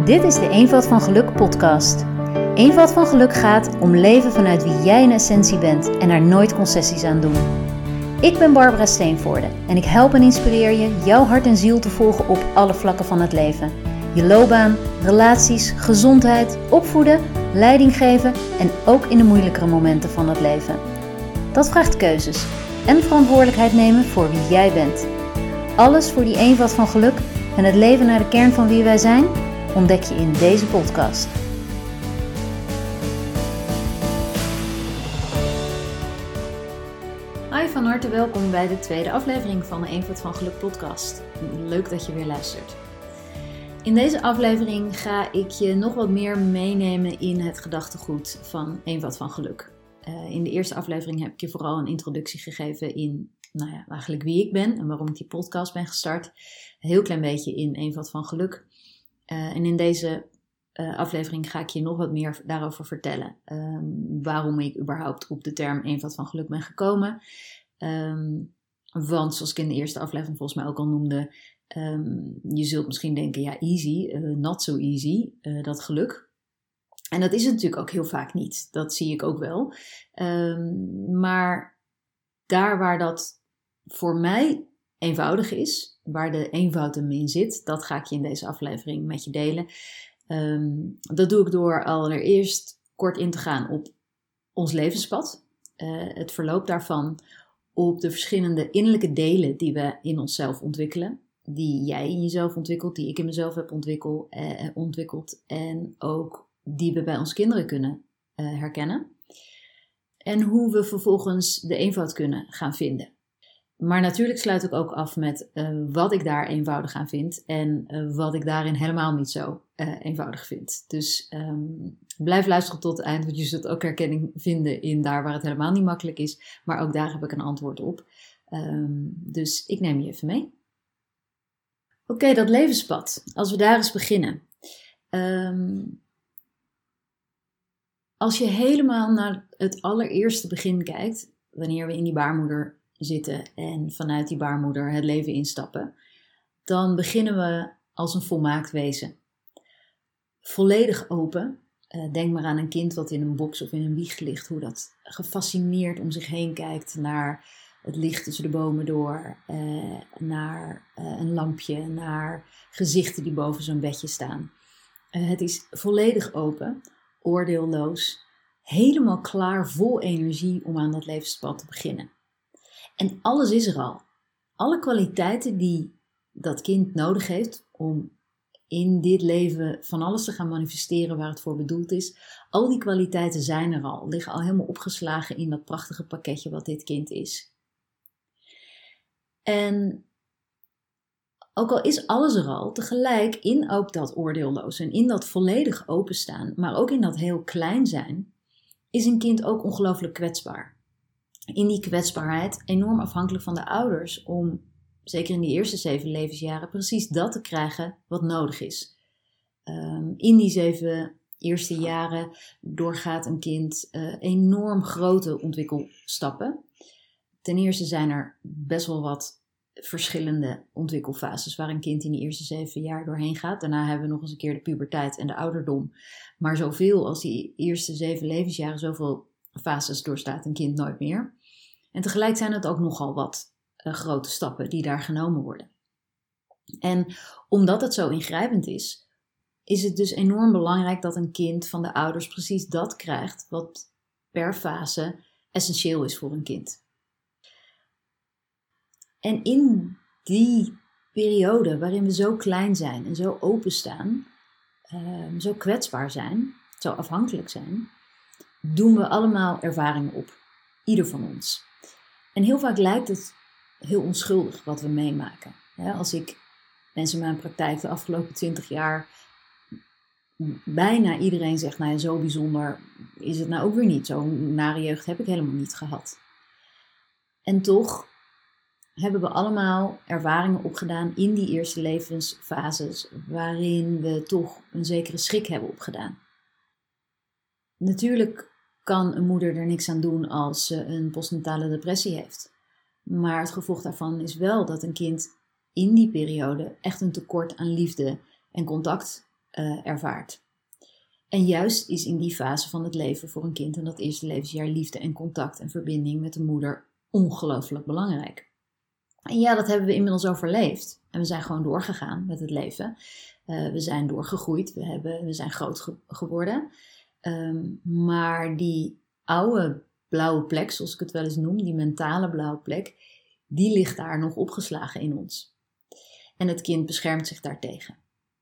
Dit is de Eenvoud van Geluk podcast. Eenvoud van Geluk gaat om leven vanuit wie jij in essentie bent en er nooit concessies aan doen. Ik ben Barbara Steenvoorde en ik help en inspireer je jouw hart en ziel te volgen op alle vlakken van het leven. Je loopbaan, relaties, gezondheid, opvoeden, leiding geven en ook in de moeilijkere momenten van het leven. Dat vraagt keuzes en verantwoordelijkheid nemen voor wie jij bent. Alles voor die eenvoud van geluk en het leven naar de kern van wie wij zijn, ontdek je in deze podcast. Hi, van harte welkom bij de tweede aflevering van de Eenvoud van Geluk podcast. Leuk dat je weer luistert. In deze aflevering ga ik je nog wat meer meenemen in het gedachtegoed van Eenvoud van Geluk. In de eerste aflevering heb ik je vooral een introductie gegeven in eigenlijk wie ik ben en waarom ik die podcast ben gestart. Een heel klein beetje in Eenvoud van Geluk. En in deze aflevering ga ik je nog wat meer daarover vertellen. Waarom ik überhaupt op de term Eenvoud van Geluk ben gekomen. Want zoals ik in de eerste aflevering volgens mij ook al noemde, je zult misschien denken, ja easy, not so easy, dat geluk. En dat is het natuurlijk ook heel vaak niet. Dat zie ik ook wel. Maar daar waar dat voor mij eenvoudig is, waar de eenvoud hem in zit, dat ga ik je in deze aflevering met je delen. Dat doe ik door allereerst kort in te gaan op ons levenspad. Het verloop daarvan, op de verschillende innerlijke delen die we in onszelf ontwikkelen. Die jij in jezelf ontwikkelt, die ik in mezelf heb ontwikkeld en ook die we bij onze kinderen kunnen herkennen. En hoe we vervolgens de eenvoud kunnen gaan vinden. Maar natuurlijk sluit ik ook af met wat ik daar eenvoudig aan vind en wat ik daarin helemaal niet zo eenvoudig vind. Dus blijf luisteren tot het eind, want je zult ook herkenning vinden in daar waar het helemaal niet makkelijk is. Maar ook daar heb ik een antwoord op. Dus ik neem je even mee. Oké, dat levenspad. Als we daar eens beginnen. Als je helemaal naar het allereerste begin kijkt, wanneer we in die baarmoeder zitten en vanuit die baarmoeder het leven instappen, dan beginnen we als een volmaakt wezen. Volledig open. Denk maar aan een kind wat in een box of in een wieg ligt, hoe dat gefascineerd om zich heen kijkt naar het licht tussen de bomen door, naar een lampje, naar gezichten die boven zo'n bedje staan. Het is volledig open, oordeelloos, helemaal klaar, vol energie om aan dat levenspad te beginnen. En alles is er al. Alle kwaliteiten die dat kind nodig heeft om in dit leven van alles te gaan manifesteren waar het voor bedoeld is. Al die kwaliteiten zijn er al, liggen al helemaal opgeslagen in dat prachtige pakketje wat dit kind is. En ook al is alles er al, tegelijk in ook dat oordeelloos en in dat volledig openstaan, maar ook in dat heel klein zijn, is een kind ook ongelooflijk kwetsbaar. In die kwetsbaarheid enorm afhankelijk van de ouders om, zeker in die eerste 7 levensjaren, precies dat te krijgen wat nodig is. In die 7 eerste jaren doorgaat een kind enorm grote ontwikkelstappen. Ten eerste zijn er best wel wat verschillende ontwikkelfases waar een kind in die eerste 7 jaar doorheen gaat. Daarna hebben we nog eens een keer de puberteit en de ouderdom. Maar zoveel als die eerste 7 levensjaren, zoveel fases doorstaat een kind nooit meer. En tegelijk zijn het ook nogal wat grote stappen die daar genomen worden. En omdat het zo ingrijpend is het dus enorm belangrijk dat een kind van de ouders precies dat krijgt wat per fase essentieel is voor een kind. En in die periode waarin we zo klein zijn en zo openstaan, zo kwetsbaar zijn, zo afhankelijk zijn, doen we allemaal ervaringen op. Ieder van ons. En heel vaak lijkt het heel onschuldig wat we meemaken. Als ik mensen in mijn praktijk de afgelopen 20 jaar, bijna iedereen zegt, nou ja, zo bijzonder is het nou ook weer niet. Zo'n nare jeugd heb ik helemaal niet gehad. En toch hebben we allemaal ervaringen opgedaan in die eerste levensfases, waarin we toch een zekere schrik hebben opgedaan. Natuurlijk kan een moeder er niks aan doen als ze een postnatale depressie heeft. Maar het gevolg daarvan is wel dat een kind in die periode echt een tekort aan liefde en contact ervaart. En juist is in die fase van het leven voor een kind en dat eerste levensjaar liefde en contact en verbinding met de moeder ongelooflijk belangrijk. En ja, dat hebben we inmiddels overleefd. En we zijn gewoon doorgegaan met het leven. We zijn doorgegroeid, we zijn groot geworden. Maar die oude blauwe plek, zoals ik het wel eens noem, die mentale blauwe plek, die ligt daar nog opgeslagen in ons. En het kind beschermt zich daartegen.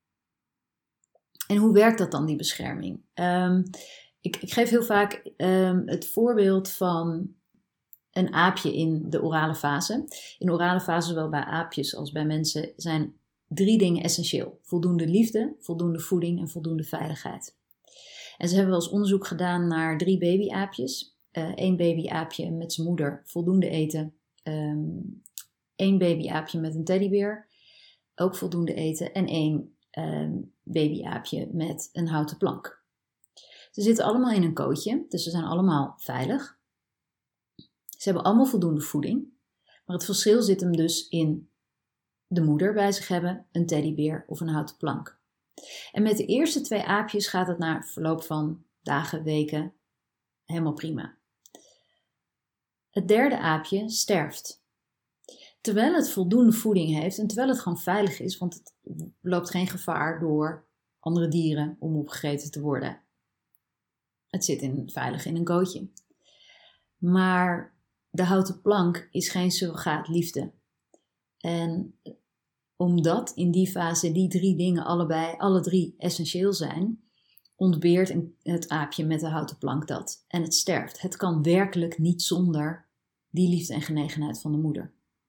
En hoe werkt dat dan, die bescherming? Ik geef heel vaak het voorbeeld van een aapje in de orale fase. In de orale fase, zowel bij aapjes als bij mensen, zijn 3 dingen essentieel. Voldoende liefde, voldoende voeding en voldoende veiligheid. En ze hebben wel eens onderzoek gedaan naar 3 babyaapjes. 1 babyaapje met zijn moeder, voldoende eten. 1 babyaapje met een teddybeer, ook voldoende eten. En 1 babyaapje met een houten plank. Ze zitten allemaal in een kootje, dus ze zijn allemaal veilig. Ze hebben allemaal voldoende voeding. Maar het verschil zit hem dus in de moeder bij zich hebben, een teddybeer of een houten plank. En met de eerste 2 aapjes gaat het na verloop van dagen, weken helemaal prima. Het derde aapje sterft. Terwijl het voldoende voeding heeft en terwijl het gewoon veilig is, want het loopt geen gevaar door andere dieren om opgegeten te worden. Het zit veilig in een kootje. Maar de houten plank is geen surrogaat liefde. En omdat in die fase die 3 dingen alle 3 essentieel zijn, ontbeert het aapje met de houten plank dat. En het sterft. Het kan werkelijk niet zonder die liefde en genegenheid van de moeder.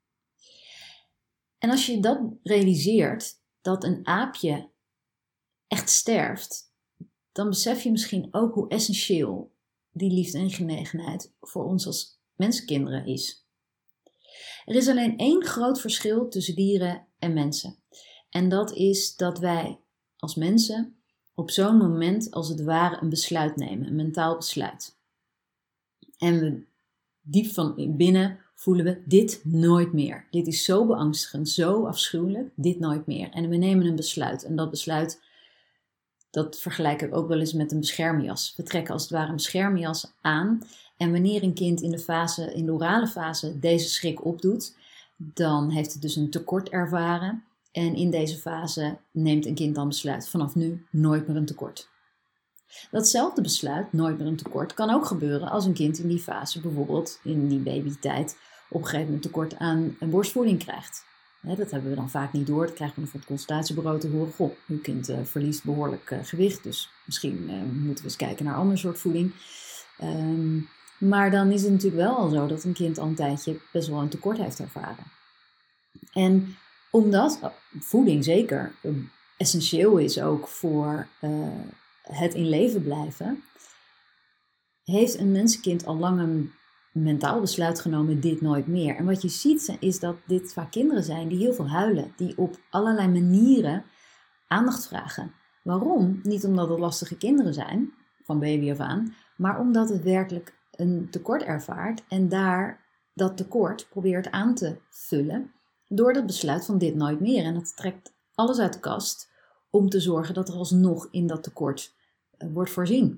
En als je dat realiseert, dat een aapje echt sterft, dan besef je misschien ook hoe essentieel die liefde en genegenheid voor ons als mensenkinderen is. Er is alleen 1 groot verschil tussen dieren en mensen. En dat is dat wij als mensen op zo'n moment als het ware een besluit nemen, een mentaal besluit. En we diep van binnen voelen we dit nooit meer. Dit is zo beangstigend, zo afschuwelijk, dit nooit meer. En we nemen een besluit. En dat besluit, dat vergelijk ik ook wel eens met een beschermjas. We trekken als het ware een beschermjas aan. En wanneer een kind in de orale fase deze schrik opdoet, dan heeft het dus een tekort ervaren. En in deze fase neemt een kind dan besluit, vanaf nu nooit meer een tekort. Datzelfde besluit, nooit meer een tekort, kan ook gebeuren als een kind in die fase, bijvoorbeeld in die babytijd, op een gegeven moment tekort aan borstvoeding krijgt. Dat hebben we dan vaak niet door. Dat krijgen we van het consultatiebureau te horen. Goh, uw kind verliest behoorlijk gewicht, dus misschien moeten we eens kijken naar ander soort voeding. Maar dan is het natuurlijk wel al zo dat een kind al een tijdje best wel een tekort heeft ervaren. En omdat voeding zeker essentieel is ook voor het in leven blijven, heeft een mensenkind al lang een mentaal besluit genomen, dit nooit meer. En wat je ziet is dat dit vaak kinderen zijn die heel veel huilen, die op allerlei manieren aandacht vragen. Waarom? Niet omdat het lastige kinderen zijn, van baby af aan, maar omdat het werkelijk een tekort ervaart en daar dat tekort probeert aan te vullen door dat besluit van dit nooit meer. En dat trekt alles uit de kast om te zorgen dat er alsnog in dat tekort wordt voorzien.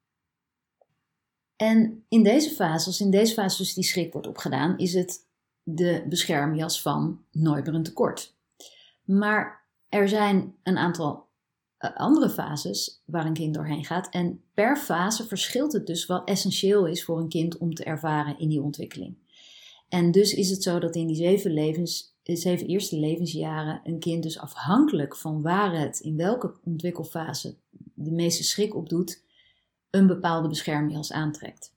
En in deze fase, als in deze fase dus die schrik wordt opgedaan, is het de beschermjas van nooit meer een tekort. Maar er zijn een aantal andere fases waar een kind doorheen gaat. En per fase verschilt het dus wat essentieel is voor een kind om te ervaren in die ontwikkeling. En dus is het zo dat in die 7 eerste levensjaren een kind dus afhankelijk van waar het in welke ontwikkelfase de meeste schrik opdoet, een bepaalde beschermjas aantrekt.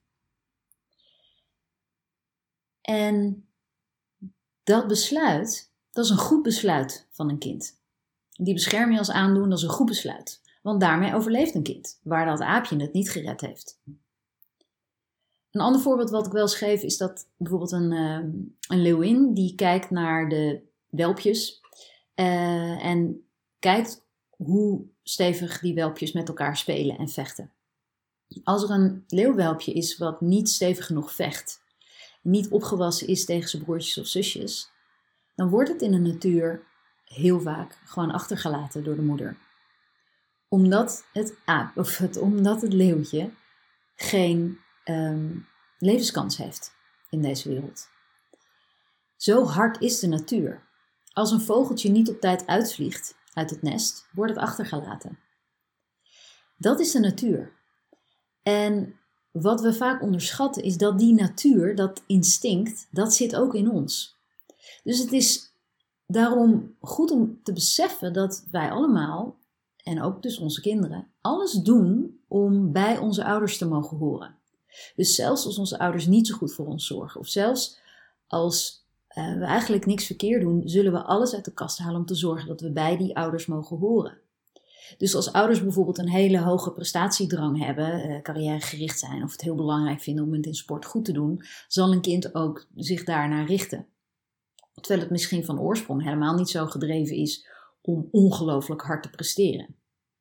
En dat besluit, dat is een goed besluit van een kind. Die beschermjas aandoen, dat is een goed besluit. Want daarmee overleeft een kind, waar dat aapje het niet gered heeft. Een ander voorbeeld wat ik wel eens geef is dat bijvoorbeeld een leeuwin die kijkt naar de welpjes en kijkt hoe stevig die welpjes met elkaar spelen en vechten. Als er een leeuwwelpje is wat niet stevig genoeg vecht, niet opgewassen is tegen zijn broertjes of zusjes, dan wordt het in de natuur heel vaak gewoon achtergelaten door de moeder. omdat het leeuwtje geen levenskans heeft in deze wereld. Zo hard is de natuur. Als een vogeltje niet op tijd uitvliegt uit het nest, wordt het achtergelaten. Dat is de natuur. En wat we vaak onderschatten is dat die natuur, dat instinct, dat zit ook in ons. Dus het is daarom goed om te beseffen dat wij allemaal, en ook dus onze kinderen, alles doen om bij onze ouders te mogen horen. Dus zelfs als onze ouders niet zo goed voor ons zorgen, of zelfs als we eigenlijk niks verkeerd doen, zullen we alles uit de kast halen om te zorgen dat we bij die ouders mogen horen. Dus als ouders bijvoorbeeld een hele hoge prestatiedrang hebben, carrièregericht zijn of het heel belangrijk vinden om het in sport goed te doen, zal een kind ook zich daarnaar richten. Terwijl het misschien van oorsprong helemaal niet zo gedreven is om ongelooflijk hard te presteren.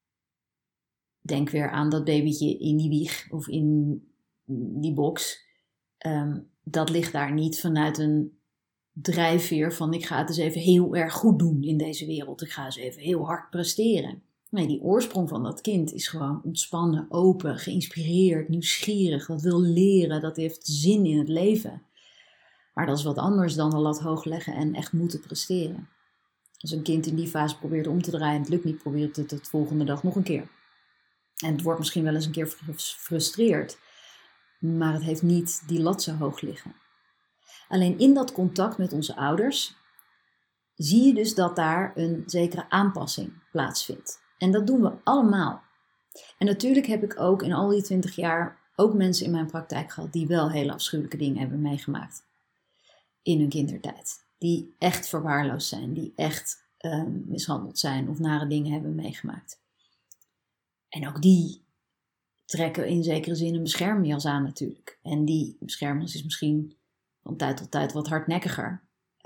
Denk weer aan dat babytje in die wieg of in die box. Dat ligt daar niet vanuit een drijfveer van ik ga het eens even heel erg goed doen in deze wereld. Ik ga eens even heel hard presteren. Nee, die oorsprong van dat kind is gewoon ontspannen, open, geïnspireerd, nieuwsgierig. Dat wil leren, dat heeft zin in het leven. Maar dat is wat anders dan de lat hoog leggen en echt moeten presteren. Als een kind in die fase probeert om te draaien en het lukt niet, probeert het de volgende dag nog een keer. En het wordt misschien wel eens een keer gefrustreerd. Maar het heeft niet die lat zo hoog liggen. Alleen in dat contact met onze ouders zie je dus dat daar een zekere aanpassing plaatsvindt. En dat doen we allemaal. En natuurlijk heb ik ook in al die 20 jaar ook mensen in mijn praktijk gehad die wel hele afschuwelijke dingen hebben meegemaakt in hun kindertijd. Die echt verwaarloosd zijn, die echt mishandeld zijn of nare dingen hebben meegemaakt. En ook die trekken in zekere zin een beschermjas aan natuurlijk. En die beschermjas is misschien van tijd tot tijd wat hardnekkiger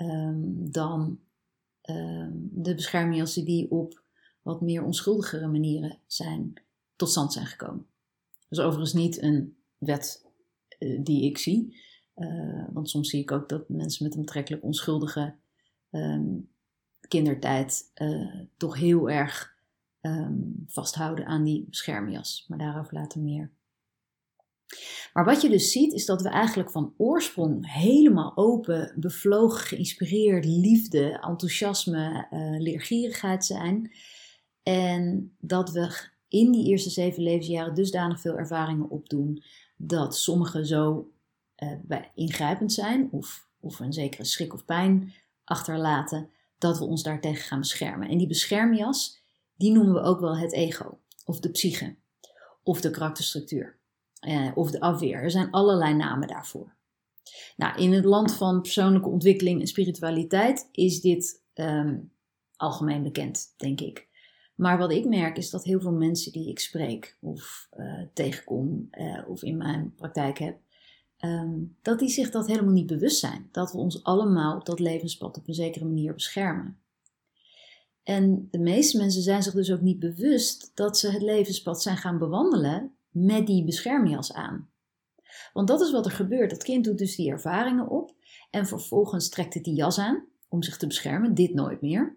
dan de beschermjassen die op wat meer onschuldigere manieren tot stand zijn gekomen. Dat is overigens niet een wet die ik zie. Want soms zie ik ook dat mensen met een betrekkelijk onschuldige kindertijd toch heel erg vasthouden aan die beschermjas. Maar daarover later meer. Maar wat je dus ziet is dat we eigenlijk van oorsprong helemaal open, bevlogen, geïnspireerd, liefde, enthousiasme, leergierigheid zijn. En dat we in die eerste 7 levensjaren dusdanig veel ervaringen opdoen dat sommige zo ingrijpend zijn of een zekere schrik of pijn achterlaten dat we ons daartegen gaan beschermen. En die beschermjas, die noemen we ook wel het ego of de psyche of de karakterstructuur. Of de afweer. Er zijn allerlei namen daarvoor. Nou, in het land van persoonlijke ontwikkeling en spiritualiteit is dit algemeen bekend, denk ik. Maar wat ik merk is dat heel veel mensen die ik spreek of tegenkom of in mijn praktijk heb, dat die zich dat helemaal niet bewust zijn. Dat we ons allemaal op dat levenspad op een zekere manier beschermen. En de meeste mensen zijn zich dus ook niet bewust dat ze het levenspad zijn gaan bewandelen met die beschermjas aan. Want dat is wat er gebeurt. Dat kind doet dus die ervaringen op en vervolgens trekt het die jas aan om zich te beschermen. Dit nooit meer.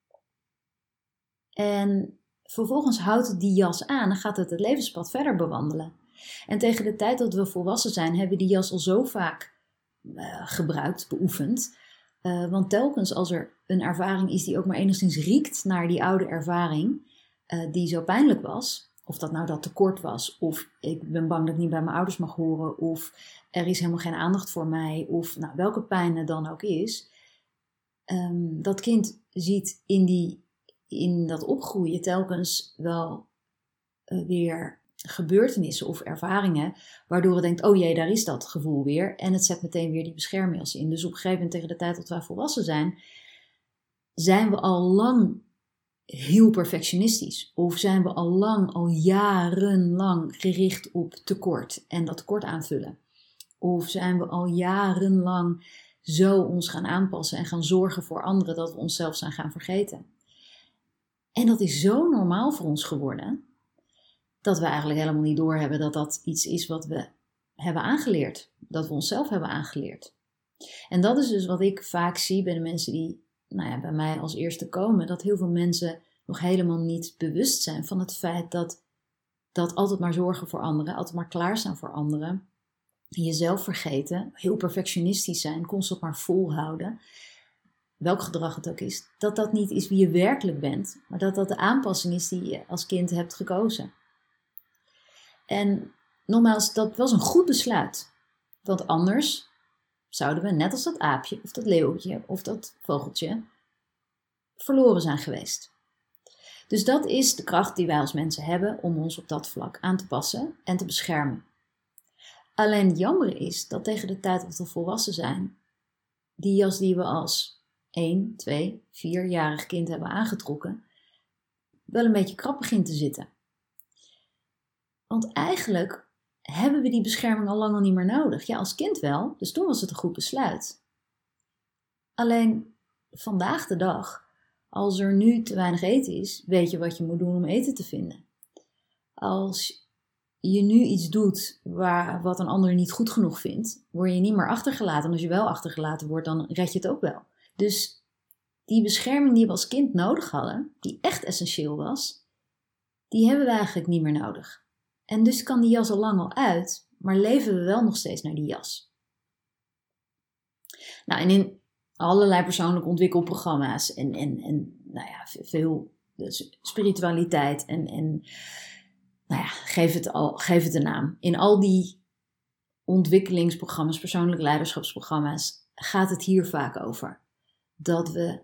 En vervolgens houdt het die jas aan en gaat het levenspad verder bewandelen. En tegen de tijd dat we volwassen zijn, hebben we die jas al zo vaak gebruikt, beoefend. Want telkens als er een ervaring is die ook maar enigszins riekt naar die oude ervaring, die zo pijnlijk was, of dat nou dat tekort was, of ik ben bang dat ik niet bij mijn ouders mag horen, of er is helemaal geen aandacht voor mij, of nou, welke pijn het dan ook is. Dat kind ziet in dat opgroeien telkens wel weer gebeurtenissen of ervaringen, waardoor het denkt, oh jee, daar is dat gevoel weer. En het zet meteen weer die beschermjas in. Dus op een gegeven moment tegen de tijd dat wij volwassen zijn we al lang heel perfectionistisch. Of zijn we al jarenlang gericht op tekort en dat tekort aanvullen. Of zijn we al jarenlang zo ons gaan aanpassen en gaan zorgen voor anderen dat we onszelf zijn gaan vergeten. En dat is zo normaal voor ons geworden, dat we eigenlijk helemaal niet doorhebben dat dat iets is wat we hebben aangeleerd. Dat we onszelf hebben aangeleerd. En dat is dus wat ik vaak zie bij de mensen die bij mij als eerste komen. Dat heel veel mensen nog helemaal niet bewust zijn van het feit dat altijd maar zorgen voor anderen, altijd maar klaarstaan voor anderen, jezelf vergeten, heel perfectionistisch zijn, constant maar volhouden, welk gedrag het ook is, dat niet is wie je werkelijk bent, maar dat de aanpassing is die je als kind hebt gekozen. En nogmaals, dat was een goed besluit. Want anders zouden we, net als dat aapje, of dat leeuwtje, of dat vogeltje, verloren zijn geweest. Dus dat is de kracht die wij als mensen hebben om ons op dat vlak aan te passen en te beschermen. Alleen het jammer is dat tegen de tijd dat we volwassen zijn, die jas die we als 1, 2, 4-jarig kind hebben aangetrokken, wel een beetje krap begint te zitten. Want eigenlijk hebben we die bescherming al lang al niet meer nodig. Ja, als kind wel, dus toen was het een goed besluit. Alleen vandaag de dag, als er nu te weinig eten is, weet je wat je moet doen om eten te vinden. Als je nu iets doet wat een ander niet goed genoeg vindt, word je niet meer achtergelaten. En als je wel achtergelaten wordt, dan red je het ook wel. Dus die bescherming die we als kind nodig hadden, die echt essentieel was, die hebben we eigenlijk niet meer nodig. En dus kan die jas al lang al uit, maar leven we wel nog steeds naar die jas. Nou, en in allerlei persoonlijke ontwikkelprogramma's en nou ja, veel spiritualiteit en nou ja, geef het een naam. In al die ontwikkelingsprogramma's, persoonlijk leiderschapsprogramma's, gaat het hier vaak over. Dat we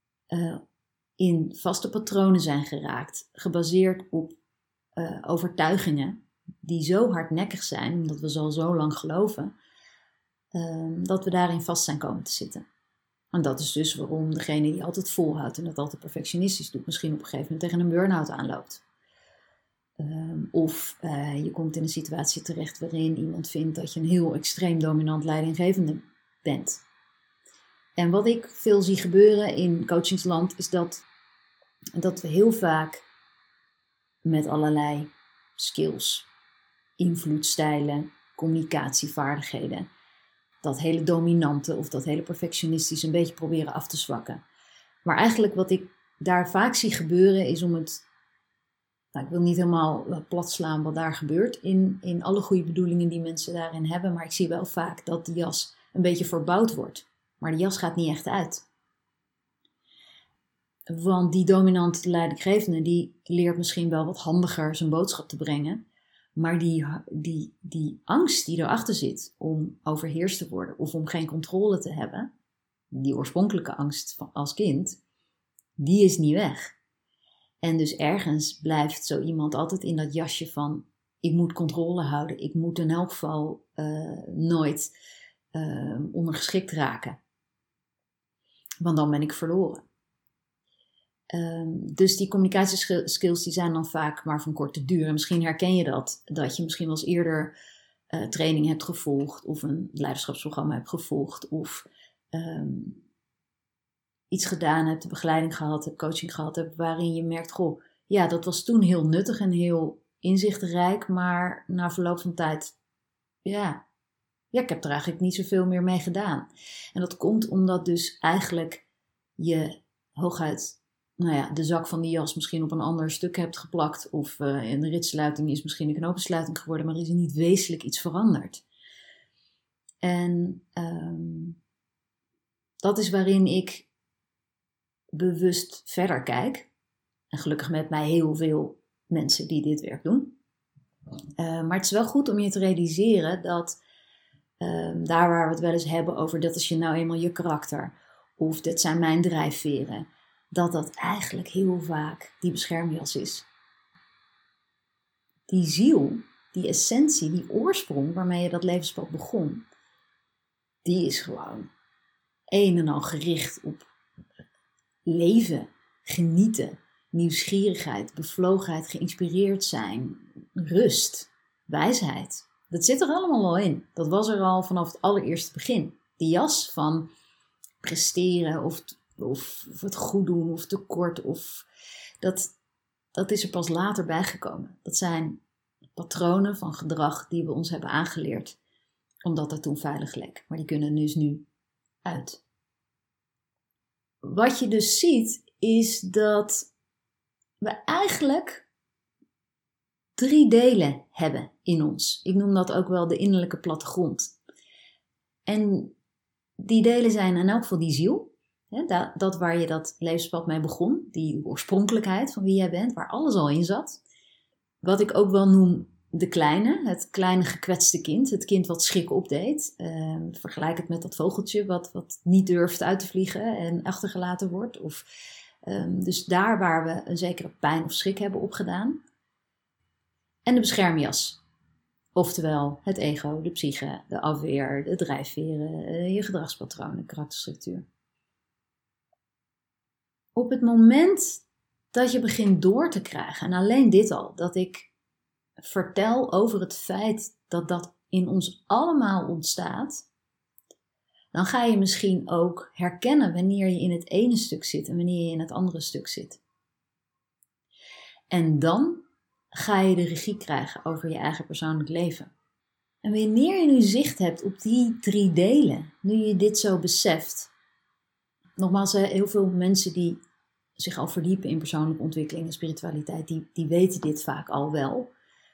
in vaste patronen zijn geraakt, gebaseerd op overtuigingen die zo hardnekkig zijn, omdat we ze al zo lang geloven, dat we daarin vast zijn komen te zitten. En dat is dus waarom degene die altijd volhoudt en dat altijd perfectionistisch doet, misschien op een gegeven moment tegen een burn-out aanloopt. Of je komt in een situatie terecht waarin iemand vindt dat je een heel extreem dominant leidinggevende bent. En wat ik veel zie gebeuren in coachingsland is dat we heel vaak met allerlei skills, invloedstijlen, communicatievaardigheden, dat hele dominante of dat hele perfectionistische een beetje proberen af te zwakken. Maar eigenlijk wat ik daar vaak zie gebeuren is om het, nou, ik wil niet helemaal plat slaan wat daar gebeurt in alle goede bedoelingen die mensen daarin hebben, maar ik zie wel vaak dat de jas een beetje verbouwd wordt. Maar de jas gaat niet echt uit. Want die dominante leidinggevende die leert misschien wel wat handiger zijn boodschap te brengen. Maar die angst die erachter zit om overheerst te worden of om geen controle te hebben, die oorspronkelijke angst als kind, die is niet weg. En dus ergens blijft zo iemand altijd in dat jasje van ik moet controle houden. Ik moet in elk geval nooit ondergeschikt raken. Want dan ben ik verloren. Dus die communicatieskills die zijn dan vaak maar van korte duur. En misschien herken je dat je misschien wel eens eerder training hebt gevolgd of een leiderschapsprogramma hebt gevolgd of iets gedaan hebt, begeleiding gehad hebt, coaching gehad hebt, waarin je merkt, goh, ja, dat was toen heel nuttig en heel inzichtrijk, maar na verloop van tijd, ja, ik heb er eigenlijk niet zoveel meer mee gedaan. En dat komt omdat dus eigenlijk je hooguit de zak van die jas misschien op een ander stuk hebt geplakt of in de ritsluiting is misschien een knopensluiting geworden, maar er is er niet wezenlijk iets veranderd. En dat is waarin ik bewust verder kijk. En gelukkig met mij heel veel mensen die dit werk doen. Maar het is wel goed om je te realiseren dat daar waar we het wel eens hebben over dat is je nou eenmaal je karakter of dit zijn mijn drijfveren, dat eigenlijk heel vaak die beschermjas is. Die ziel, die essentie, die oorsprong waarmee je dat levenspad begon, die is gewoon een en al gericht op leven, genieten, nieuwsgierigheid, bevlogenheid, geïnspireerd zijn, rust, wijsheid. Dat zit er allemaal al in. Dat was er al vanaf het allereerste begin. Die jas van presteren of het goed doen of tekort of dat is er pas later bijgekomen. Dat zijn patronen van gedrag die we ons hebben aangeleerd omdat dat toen veilig leek. Maar die kunnen dus nu uit. Wat je dus ziet is dat we eigenlijk 3 delen hebben in ons. Ik noem dat ook wel de innerlijke plattegrond. En die delen zijn in elk geval die ziel. Dat waar je dat levenspad mee begon. Die oorspronkelijkheid van wie jij bent. Waar alles al in zat. Wat ik ook wel noem de kleine. Het kleine gekwetste kind. Het kind wat schrik opdeed. Vergelijk het met dat vogeltje wat niet durft uit te vliegen en achtergelaten wordt. Dus daar waar we een zekere pijn of schrik hebben opgedaan. En de beschermjas. Oftewel het ego, de psyche, de afweer, de drijfveren, je gedragspatronen, karakterstructuur. Op het moment dat je begint door te krijgen, en alleen dit al, dat ik vertel over het feit dat dat in ons allemaal ontstaat, dan ga je misschien ook herkennen wanneer je in het ene stuk zit en wanneer je in het andere stuk zit. En dan ga je de regie krijgen over je eigen persoonlijk leven. En wanneer je nu zicht hebt op die 3 delen, nu je dit zo beseft. Nogmaals, heel veel mensen die zich al verdiepen in persoonlijke ontwikkeling en spiritualiteit, die weten dit vaak al wel.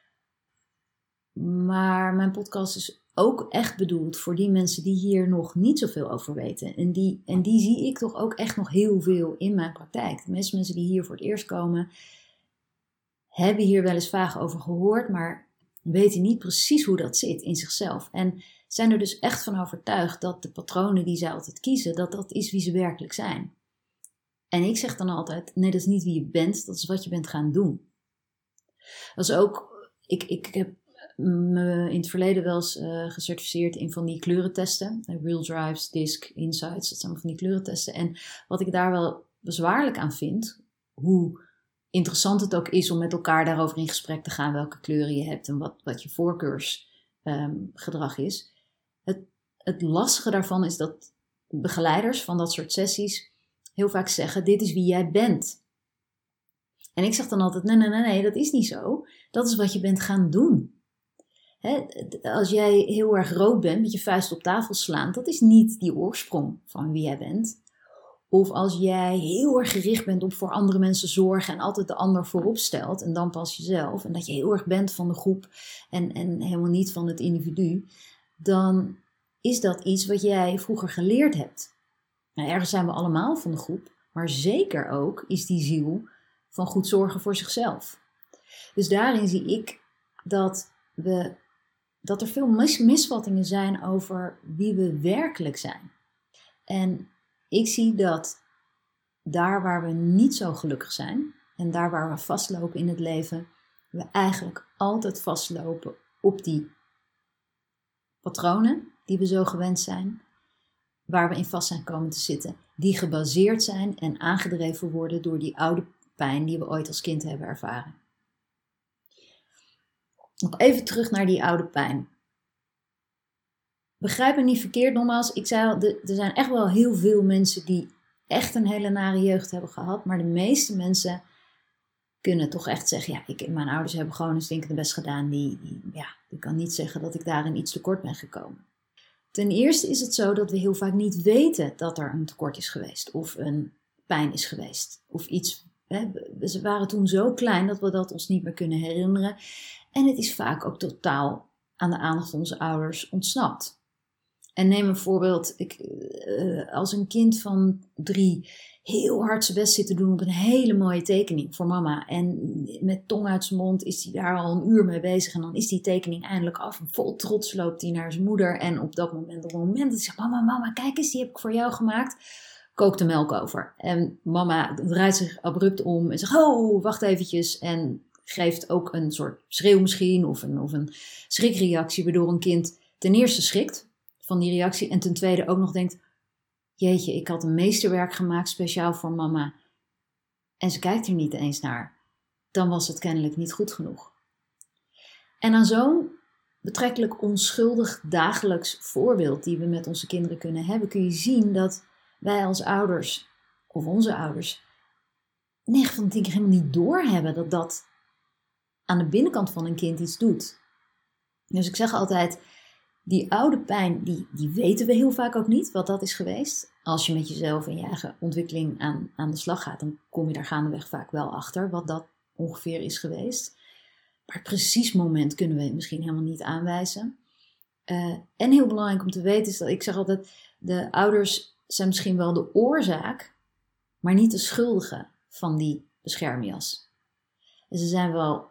Maar mijn podcast is ook echt bedoeld voor die mensen die hier nog niet zoveel over weten. En die zie ik toch ook echt nog heel veel in mijn praktijk. De meeste mensen die hier voor het eerst komen, hebben hier wel eens vaag over gehoord, maar weten niet precies hoe dat zit in zichzelf. En zijn er dus echt van overtuigd dat de patronen die zij altijd kiezen, dat is wie ze werkelijk zijn. En ik zeg dan altijd, nee, dat is niet wie je bent, dat is wat je bent gaan doen. Dat is ook, ik heb me in het verleden wel eens gecertificeerd in van die kleurentesten. Real Drives, DISC, Insights, dat zijn van die kleurentesten. En wat ik daar wel bezwaarlijk aan vind, hoe interessant het ook is om met elkaar daarover in gesprek te gaan welke kleuren je hebt en wat je voorkeursgedrag is. Het lastige daarvan is dat begeleiders van dat soort sessies heel vaak zeggen, dit is wie jij bent. En ik zeg dan altijd, nee, dat is niet zo. Dat is wat je bent gaan doen. Als jij heel erg rood bent, met je vuist op tafel slaan, dat is niet die oorsprong van wie jij bent. Of als jij heel erg gericht bent op voor andere mensen zorgen en altijd de ander voorop stelt en dan pas jezelf. En dat je heel erg bent van de groep en helemaal niet van het individu. Dan is dat iets wat jij vroeger geleerd hebt. Nou, ergens zijn we allemaal van de groep. Maar zeker ook is die ziel van goed zorgen voor zichzelf. Dus daarin zie ik dat er veel misvattingen zijn over wie we werkelijk zijn. En ik zie dat daar waar we niet zo gelukkig zijn en daar waar we vastlopen in het leven, we eigenlijk altijd vastlopen op die patronen die we zo gewend zijn, waar we in vast zijn komen te zitten, die gebaseerd zijn en aangedreven worden door die oude pijn die we ooit als kind hebben ervaren. Nog even terug naar die oude pijn. Begrijp me niet verkeerd, nogmaals, ik zei al, er zijn echt wel heel veel mensen die echt een hele nare jeugd hebben gehad, maar de meeste mensen kunnen toch echt zeggen, ja, mijn ouders hebben gewoon een stinkende best gedaan, ik kan niet zeggen dat ik daarin iets tekort ben gekomen. Ten eerste is het zo dat we heel vaak niet weten dat er een tekort is geweest of een pijn is geweest of iets. We waren toen zo klein dat we dat ons niet meer kunnen herinneren en het is vaak ook totaal aan de aandacht van onze ouders ontsnapt. En neem een voorbeeld, als een kind van 3 heel hard zijn best zit te doen op een hele mooie tekening voor mama. En met tong uit zijn mond is hij daar al een uur mee bezig en dan is die tekening eindelijk af. En vol trots loopt hij naar zijn moeder en op het moment dat hij zegt, mama, kijk eens, die heb ik voor jou gemaakt. Kookt de melk over. En mama draait zich abrupt om en zegt, oh, wacht eventjes. En geeft ook een soort schreeuw misschien of een schrikreactie, waardoor een kind ten eerste schrikt van die reactie en ten tweede ook nog denkt, jeetje, ik had een meesterwerk gemaakt speciaal voor mama en ze kijkt er niet eens naar. Dan was het kennelijk niet goed genoeg. En aan zo'n betrekkelijk onschuldig dagelijks voorbeeld die we met onze kinderen kunnen hebben, kun je zien dat wij als ouders of onze ouders 9 van de 10 keer helemaal niet doorhebben dat dat aan de binnenkant van een kind iets doet. Dus ik zeg altijd, Die oude pijn, die weten we heel vaak ook niet wat dat is geweest. Als je met jezelf en je eigen ontwikkeling aan de slag gaat, dan kom je daar gaandeweg vaak wel achter wat dat ongeveer is geweest. Maar het precies moment kunnen we misschien helemaal niet aanwijzen. En heel belangrijk om te weten is dat, ik zeg altijd, de ouders zijn misschien wel de oorzaak, maar niet de schuldige van die beschermjas. En ze zijn wel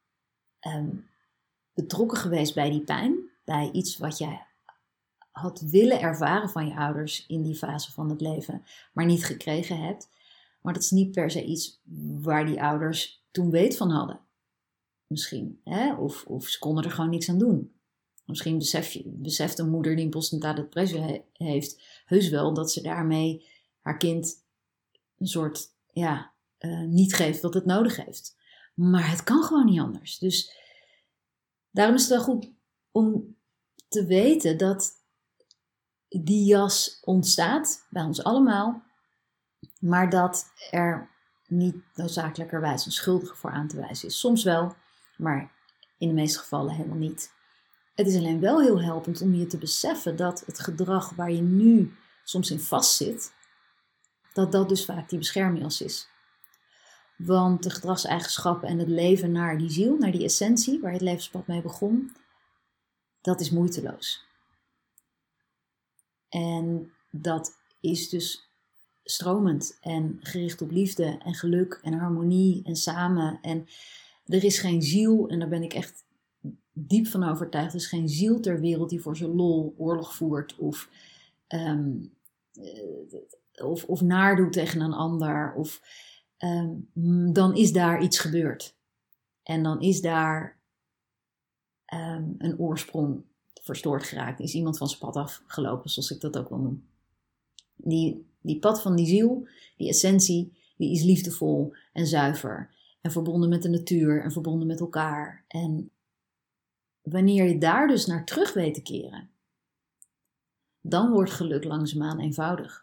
betrokken geweest bij die pijn, bij iets wat jij had willen ervaren van je ouders in die fase van het leven, maar niet gekregen hebt. Maar dat is niet per se iets waar die ouders toen weet van hadden. Misschien. Hè? Of ze konden er gewoon niks aan doen. Misschien beseft een moeder die een postnatale depressie heeft heus wel dat ze daarmee haar kind een soort niet geeft wat het nodig heeft. Maar het kan gewoon niet anders. Dus daarom is het wel goed om te weten dat die jas ontstaat bij ons allemaal, maar dat er niet noodzakelijkerwijs een schuldige voor aan te wijzen is. Soms wel, maar in de meeste gevallen helemaal niet. Het is alleen wel heel helpend om je te beseffen dat het gedrag waar je nu soms in vastzit, dat dus vaak die beschermjas is. Want de gedragseigenschappen en het leven naar die ziel, naar die essentie, waar je het levenspad mee begon, dat is moeiteloos. En dat is dus stromend en gericht op liefde en geluk en harmonie en samen. En er is geen ziel, en daar ben ik echt diep van overtuigd, er is geen ziel ter wereld die voor zijn lol oorlog voert of naardoet tegen een ander. Dan is daar iets gebeurd. En dan is daar een oorsprong verstoord geraakt. Is iemand van zijn pad afgelopen, zoals ik dat ook wel noem. Die pad van die ziel, die essentie, die is liefdevol en zuiver. En verbonden met de natuur en verbonden met elkaar. En wanneer je daar dus naar terug weet te keren, dan wordt geluk langzaamaan eenvoudig.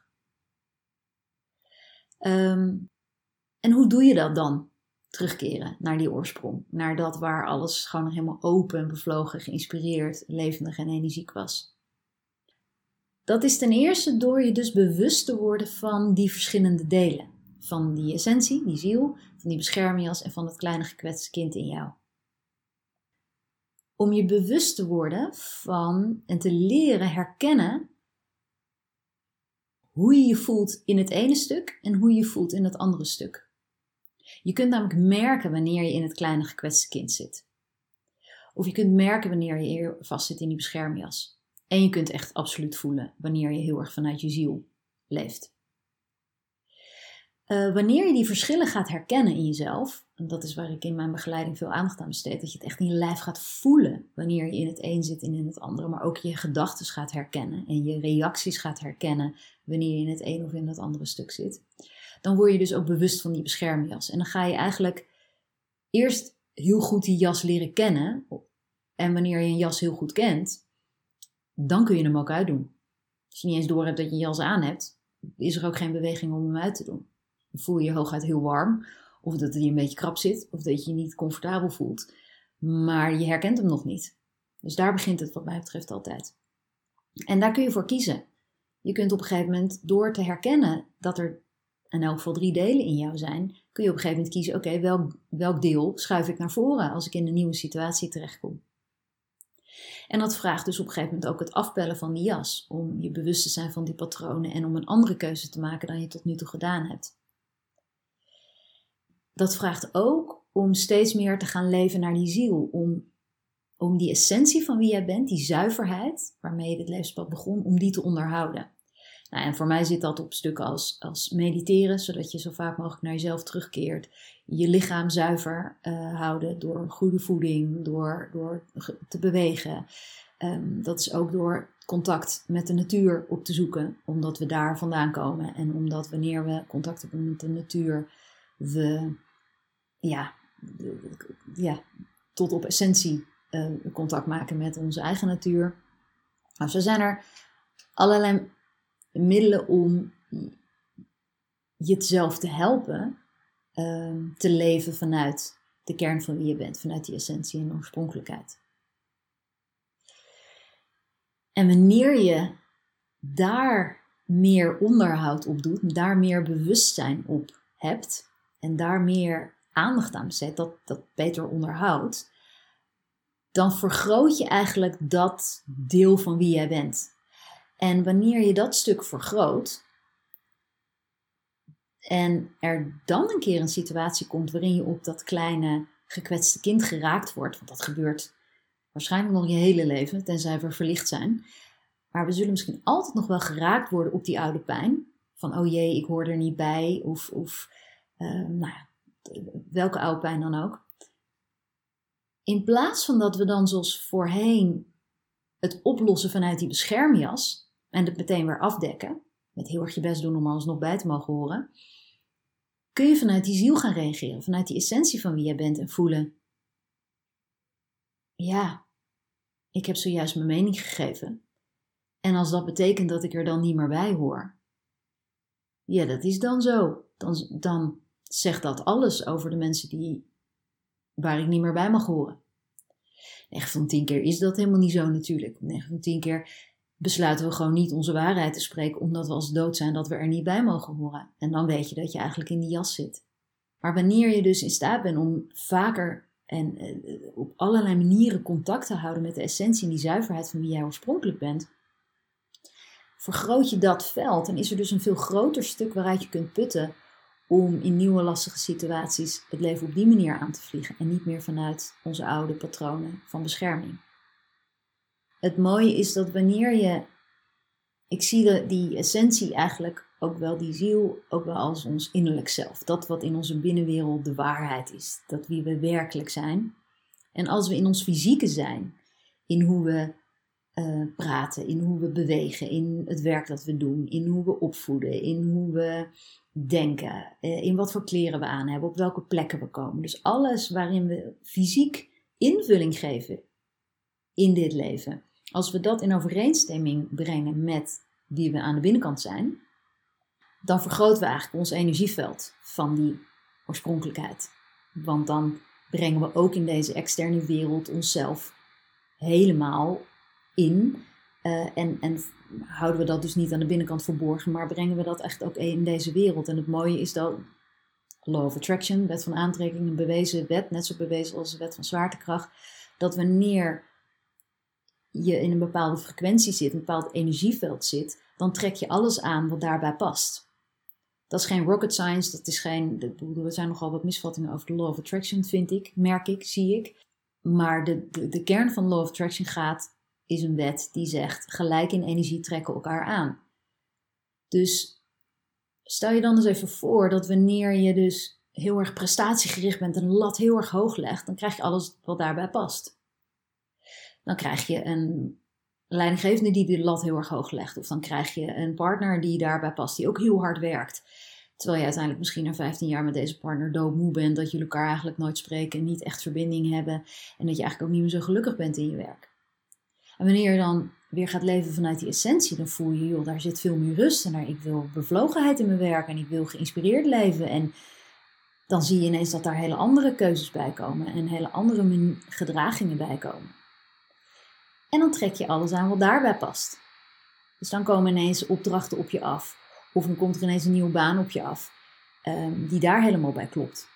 En hoe doe je dat dan? Terugkeren naar die oorsprong. Naar dat waar alles gewoon nog helemaal open en bevlogen, geïnspireerd, levendig en energiek was. Dat is ten eerste door je dus bewust te worden van die verschillende delen. Van die essentie, die ziel, van die beschermjas en van het kleine gekwetste kind in jou. Om je bewust te worden van en te leren herkennen hoe je je voelt in het ene stuk en hoe je je voelt in het andere stuk. Je kunt namelijk merken wanneer je in het kleine gekwetste kind zit. Of je kunt merken wanneer je hier vast zit in die beschermjas. En je kunt echt absoluut voelen wanneer je heel erg vanuit je ziel leeft. Wanneer je die verschillen gaat herkennen in jezelf, en dat is waar ik in mijn begeleiding veel aandacht aan besteed, dat je het echt in je lijf gaat voelen wanneer je in het een zit en in het andere, maar ook je gedachten gaat herkennen en je reacties gaat herkennen wanneer je in het een of in het andere stuk zit, dan word je dus ook bewust van die beschermjas. En dan ga je eigenlijk eerst heel goed die jas leren kennen. En wanneer je een jas heel goed kent, dan kun je hem ook uitdoen. Als je niet eens door hebt dat je een jas aan hebt, is er ook geen beweging om hem uit te doen. Dan voel je je hooguit heel warm, of dat hij een beetje krap zit, of dat je je niet comfortabel voelt. Maar je herkent hem nog niet. Dus daar begint het wat mij betreft altijd. En daar kun je voor kiezen. Je kunt op een gegeven moment, door te herkennen dat er in elk geval 3 delen in jou zijn, kun je op een gegeven moment kiezen, oké, welk deel schuif ik naar voren als ik in een nieuwe situatie terechtkom. En dat vraagt dus op een gegeven moment ook het afpellen van die jas, om je bewust te zijn van die patronen en om een andere keuze te maken dan je tot nu toe gedaan hebt. Dat vraagt ook om steeds meer te gaan leven naar die ziel, om die essentie van wie jij bent, die zuiverheid waarmee je dit levenspad begon, om die te onderhouden. Nou, en voor mij zit dat op stukken als mediteren, zodat je zo vaak mogelijk naar jezelf terugkeert. Je lichaam zuiver houden door goede voeding, door te bewegen. Dat is ook door contact met de natuur op te zoeken, omdat we daar vandaan komen. En omdat wanneer we contact hebben met de natuur, we tot op essentie contact maken met onze eigen natuur. Nou, zo zijn er allerlei middelen om jezelf te helpen te leven vanuit de kern van wie je bent, vanuit die essentie en oorspronkelijkheid. En wanneer je daar meer onderhoud op doet, daar meer bewustzijn op hebt en daar meer aandacht aan besteedt, dat beter onderhoudt, dan vergroot je eigenlijk dat deel van wie jij bent. En wanneer je dat stuk vergroot en er dan een keer een situatie komt waarin je op dat kleine gekwetste kind geraakt wordt, want dat gebeurt waarschijnlijk nog je hele leven, tenzij we verlicht zijn. Maar we zullen misschien altijd nog wel geraakt worden op die oude pijn. Van, oh jee, ik hoor er niet bij. Of welke oude pijn dan ook. In plaats van dat we dan zoals voorheen het oplossen vanuit die beschermjas en het meteen weer afdekken, met heel erg je best doen om alles nog bij te mogen horen, kun je vanuit die ziel gaan reageren, vanuit die essentie van wie jij bent en voelen. Ja, ik heb zojuist mijn mening gegeven. En als dat betekent dat ik er dan niet meer bij hoor, ja, dat is dan zo. Dan zegt dat alles over de mensen waar ik niet meer bij mag horen. 9 van 10 keer is dat helemaal niet zo natuurlijk. 9 van 10 keer besluiten we gewoon niet onze waarheid te spreken, omdat we als dood zijn dat we er niet bij mogen horen. En dan weet je dat je eigenlijk in die jas zit. Maar wanneer je dus in staat bent om vaker en op allerlei manieren contact te houden met de essentie en die zuiverheid van wie jij oorspronkelijk bent, vergroot je dat veld en is er dus een veel groter stuk waaruit je kunt putten om in nieuwe lastige situaties het leven op die manier aan te vliegen en niet meer vanuit onze oude patronen van bescherming. Het mooie is dat ik zie die essentie eigenlijk ook wel, die ziel, ook wel als ons innerlijk zelf. Dat wat in onze binnenwereld de waarheid is, dat wie we werkelijk zijn. En als we in ons fysieke zijn, in hoe we praten, in hoe we bewegen, in het werk dat we doen, in hoe we opvoeden, in hoe we denken, in wat voor kleren we aan hebben, op welke plekken we komen. Dus alles waarin we fysiek invulling geven in dit leven. Als we dat in overeenstemming brengen met wie we aan de binnenkant zijn, dan vergroten we eigenlijk ons energieveld van die oorspronkelijkheid. Want dan brengen we ook in deze externe wereld onszelf helemaal in. En houden we dat dus niet aan de binnenkant verborgen, maar brengen we dat echt ook in deze wereld. En het mooie is dat Law of Attraction, wet van aantrekking, een bewezen wet, net zo bewezen als de wet van zwaartekracht, dat wanneer je in een bepaalde frequentie zit, een bepaald energieveld zit, dan trek je alles aan wat daarbij past. Dat is geen rocket science, er zijn nogal wat misvattingen over de Law of Attraction, vind ik, merk ik, zie ik. Maar de kern van Law of Attraction is een wet die zegt, gelijk in energie trekken elkaar aan. Dus stel je dan eens even voor dat wanneer je dus heel erg prestatiegericht bent en een lat heel erg hoog legt, dan krijg je alles wat daarbij past. Dan krijg je een leidinggevende die de lat heel erg hoog legt. Of dan krijg je een partner die daarbij past, die ook heel hard werkt. Terwijl je uiteindelijk misschien na 15 jaar met deze partner doodmoe bent, dat jullie elkaar eigenlijk nooit spreken, niet echt verbinding hebben en dat je eigenlijk ook niet meer zo gelukkig bent in je werk. En wanneer je dan weer gaat leven vanuit die essentie, dan voel je, joh, daar zit veel meer rust en ik wil bevlogenheid in mijn werk en ik wil geïnspireerd leven. En dan zie je ineens dat daar hele andere keuzes bij komen en hele andere gedragingen bij komen. En dan trek je alles aan wat daarbij past. Dus dan komen ineens opdrachten op je af. Of dan komt er ineens een nieuwe baan op je af. Die daar helemaal bij klopt.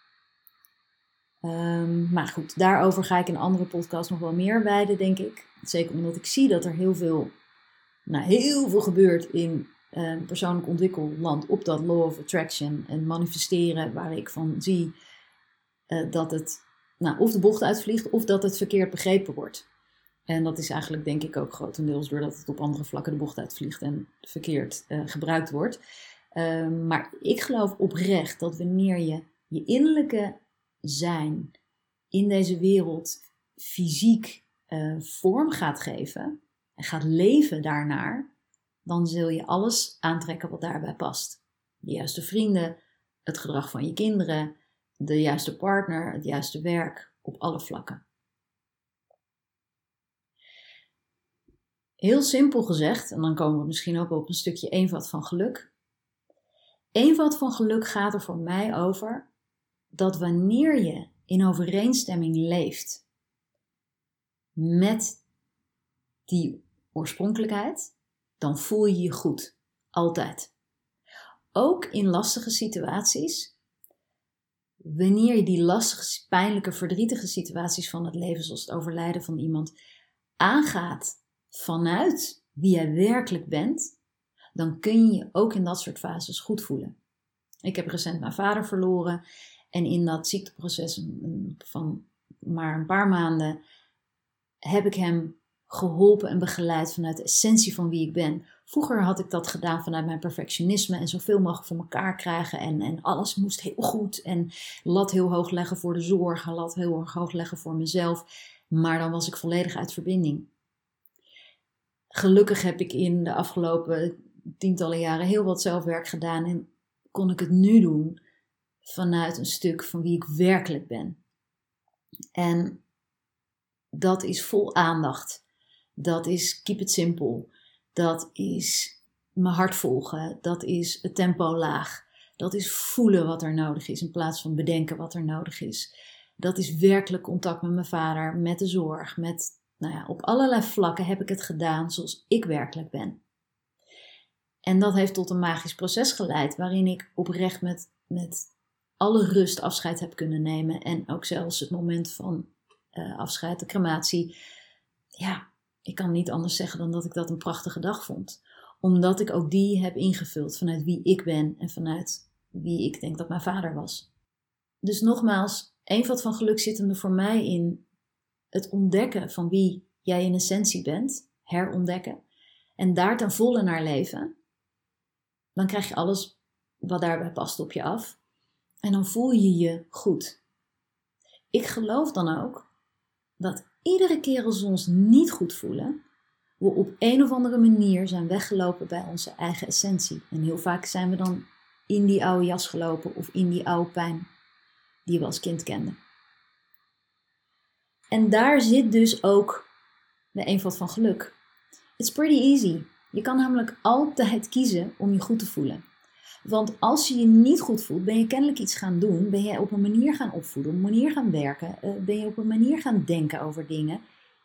Maar goed, daarover ga ik in een andere podcast nog wel meer wijden, denk ik. Zeker omdat ik zie dat er heel veel gebeurt in persoonlijk ontwikkelland op dat Law of Attraction en manifesteren, waar ik van zie dat het of de bocht uitvliegt of dat het verkeerd begrepen wordt. En dat is eigenlijk denk ik ook grotendeels doordat het op andere vlakken de bocht uitvliegt en verkeerd gebruikt wordt. Maar ik geloof oprecht dat wanneer je je innerlijke zijn in deze wereld fysiek vorm gaat geven en gaat leven daarnaar, dan zul je alles aantrekken wat daarbij past. De juiste vrienden, het gedrag van je kinderen, de juiste partner, het juiste werk op alle vlakken. Heel simpel gezegd, en dan komen we misschien ook op een stukje eenvoud van geluk. Eenvoud van geluk gaat er voor mij over dat wanneer je in overeenstemming leeft met die oorspronkelijkheid, dan voel je je goed. Altijd. Ook in lastige situaties. Wanneer je die lastige, pijnlijke, verdrietige situaties van het leven, zoals het overlijden van iemand, aangaat vanuit wie jij werkelijk bent, dan kun je je ook in dat soort fases goed voelen. Ik heb recent mijn vader verloren en in dat ziekteproces van maar een paar maanden heb ik hem geholpen en begeleid vanuit de essentie van wie ik ben. Vroeger had ik dat gedaan vanuit mijn perfectionisme en zoveel mogelijk voor elkaar krijgen en alles moest heel goed en lat heel hoog leggen voor de zorg, lat heel erg hoog leggen voor mezelf, maar dan was ik volledig uit verbinding. Gelukkig heb ik in de afgelopen tientallen jaren heel wat zelfwerk gedaan en kon ik het nu doen vanuit een stuk van wie ik werkelijk ben. En dat is vol aandacht. Dat is keep it simple. Dat is mijn hart volgen. Dat is het tempo laag. Dat is voelen wat er nodig is in plaats van bedenken wat er nodig is. Dat is werkelijk contact met mijn vader, met de zorg. Op allerlei vlakken heb ik het gedaan zoals ik werkelijk ben. En dat heeft tot een magisch proces geleid waarin ik oprecht met alle rust afscheid heb kunnen nemen. En ook zelfs het moment van afscheid, de crematie. Ja, ik kan niet anders zeggen dan dat ik dat een prachtige dag vond. Omdat ik ook die heb ingevuld vanuit wie ik ben en vanuit wie ik denk dat mijn vader was. Dus nogmaals, eenvoud van geluk zit er voor mij in het ontdekken van wie jij in essentie bent. Herontdekken. En daar ten volle naar leven. Dan krijg je alles wat daarbij past op je af. En dan voel je je goed. Ik geloof dan ook dat iedere keer als we ons niet goed voelen, we op een of andere manier zijn weggelopen bij onze eigen essentie. En heel vaak zijn we dan in die oude jas gelopen of in die oude pijn die we als kind kenden. En daar zit dus ook de eenvoud van geluk. It's pretty easy. Je kan namelijk altijd kiezen om je goed te voelen. Want als je je niet goed voelt, ben je kennelijk iets gaan doen. Ben je op een manier gaan opvoeden, op een manier gaan werken. Ben je op een manier gaan denken over dingen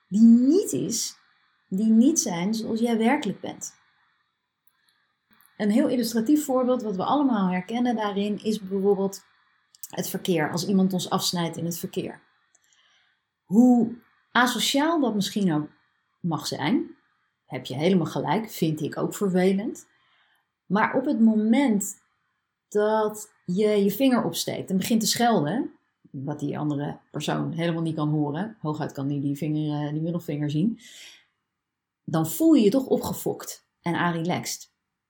die niet zijn zoals jij werkelijk bent. Een heel illustratief voorbeeld wat we allemaal herkennen daarin is bijvoorbeeld het verkeer. Als iemand ons afsnijdt in het verkeer. Hoe asociaal dat misschien ook mag zijn, heb je helemaal gelijk, vind ik ook vervelend. Maar op het moment dat je je vinger opsteekt en begint te schelden, wat die andere persoon helemaal niet kan horen, hooguit kan die middelvinger zien, dan voel je je toch opgefokt en relaxed.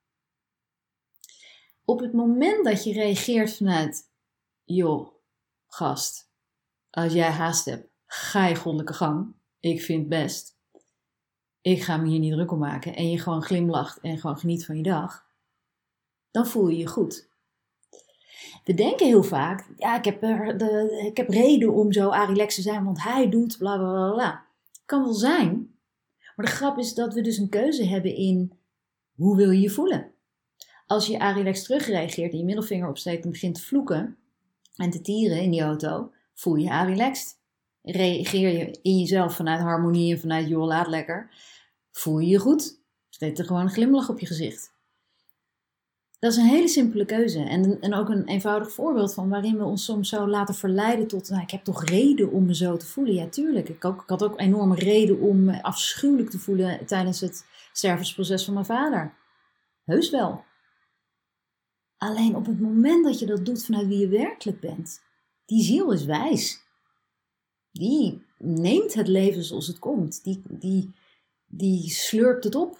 Op het moment dat je reageert vanuit, joh, gast, als jij haast hebt, ga je goddelijke gang, ik vind het best. Ik ga me hier niet druk om maken en je gewoon glimlacht en gewoon geniet van je dag, dan voel je je goed. We denken heel vaak, ja, ik heb reden om zo relaxed te zijn, want hij doet bla bla bla bla. Kan wel zijn, maar de grap is dat we dus een keuze hebben in hoe wil je je voelen. Als je relaxed terugreageert en je middelvinger opsteekt en begint te vloeken en te tieren in die auto, voel je relaxed. Reageer je in jezelf vanuit harmonie en vanuit joh, laat lekker, voel je je goed. Steekt er gewoon een glimlach op je gezicht. Dat is een hele simpele keuze en ook een eenvoudig voorbeeld van waarin we ons soms zo laten verleiden tot, ik heb toch reden om me zo te voelen. Ja, tuurlijk. Ik had ook enorme reden om me afschuwelijk te voelen tijdens het stervensproces van mijn vader. Heus wel. Alleen op het moment dat je dat doet vanuit wie je werkelijk bent, die ziel is wijs. Die neemt het leven zoals het komt. Die slurpt het op.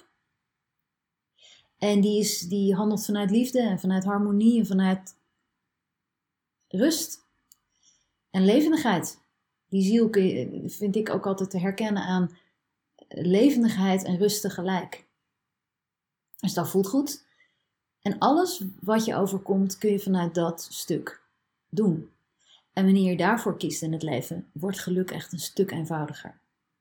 En die handelt vanuit liefde en vanuit harmonie en vanuit rust en levendigheid. Die ziel vind ik ook altijd te herkennen aan levendigheid en rust tegelijk. Dus dat voelt goed. En alles wat je overkomt kun je vanuit dat stuk doen. En wanneer je daarvoor kiest in het leven, wordt geluk echt een stuk eenvoudiger.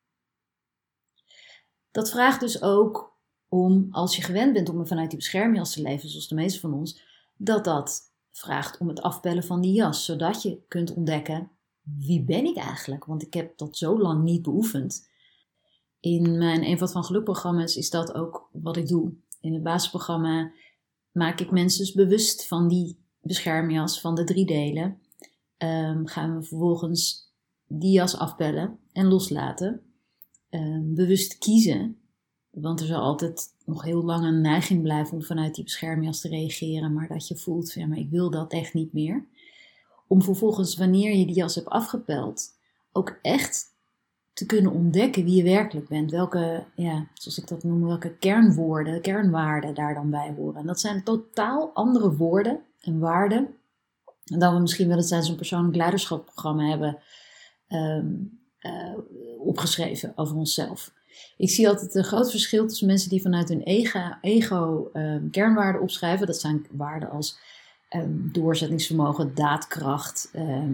Dat vraagt dus ook om, als je gewend bent om vanuit die beschermjas te leven, zoals de meeste van ons, dat vraagt om het afpellen van die jas, zodat je kunt ontdekken, wie ben ik eigenlijk? Want ik heb dat zo lang niet beoefend. In mijn Eenvoud van Geluk programma's is dat ook wat ik doe. In het basisprogramma maak ik mensen dus bewust van die beschermjas, van de 3 delen. Gaan we vervolgens die jas afpellen en loslaten. Bewust kiezen, want er zal altijd nog heel lang een neiging blijven om vanuit die beschermjas te reageren, maar dat je voelt, ja, maar ik wil dat echt niet meer. Om vervolgens, wanneer je die jas hebt afgepeld, ook echt te kunnen ontdekken wie je werkelijk bent. Welke, ja, zoals ik dat noem, welke kernwoorden, kernwaarden daar dan bij horen. En dat zijn totaal andere woorden en waarden dan we misschien wel eens tijdens een persoonlijk leiderschapsprogramma hebben opgeschreven over onszelf. Ik zie altijd een groot verschil tussen mensen die vanuit hun ego kernwaarden opschrijven. Dat zijn waarden als doorzettingsvermogen, daadkracht,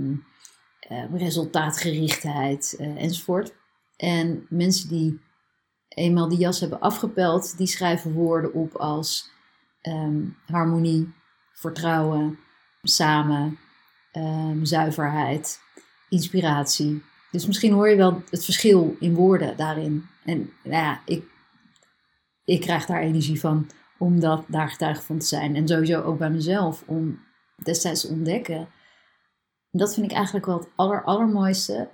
resultaatgerichtheid enzovoort. En mensen die eenmaal die jas hebben afgepeld, die schrijven woorden op als harmonie, vertrouwen, samen, zuiverheid, inspiratie. Dus misschien hoor je wel het verschil in woorden daarin. En ja, ik krijg daar energie van om daar getuige van te zijn. En sowieso ook bij mezelf om destijds te ontdekken. En dat vind ik eigenlijk wel het allermooiste.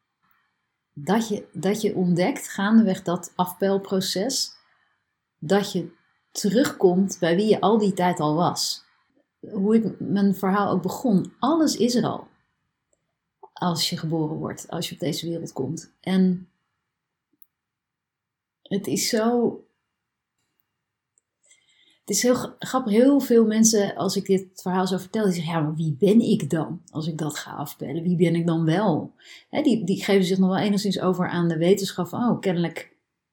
Dat je ontdekt, gaandeweg dat afpelproces, dat je terugkomt bij wie je al die tijd al was. Hoe ik mijn verhaal ook begon. Alles is er al. Als je geboren wordt, als je op deze wereld komt. En het is heel grappig. Heel veel mensen, als ik dit verhaal zo vertel, die zeggen, ja, maar wie ben ik dan als ik dat ga afpellen? Wie ben ik dan wel? Die geven zich nog wel enigszins over aan de wetenschap van, oh, kennelijk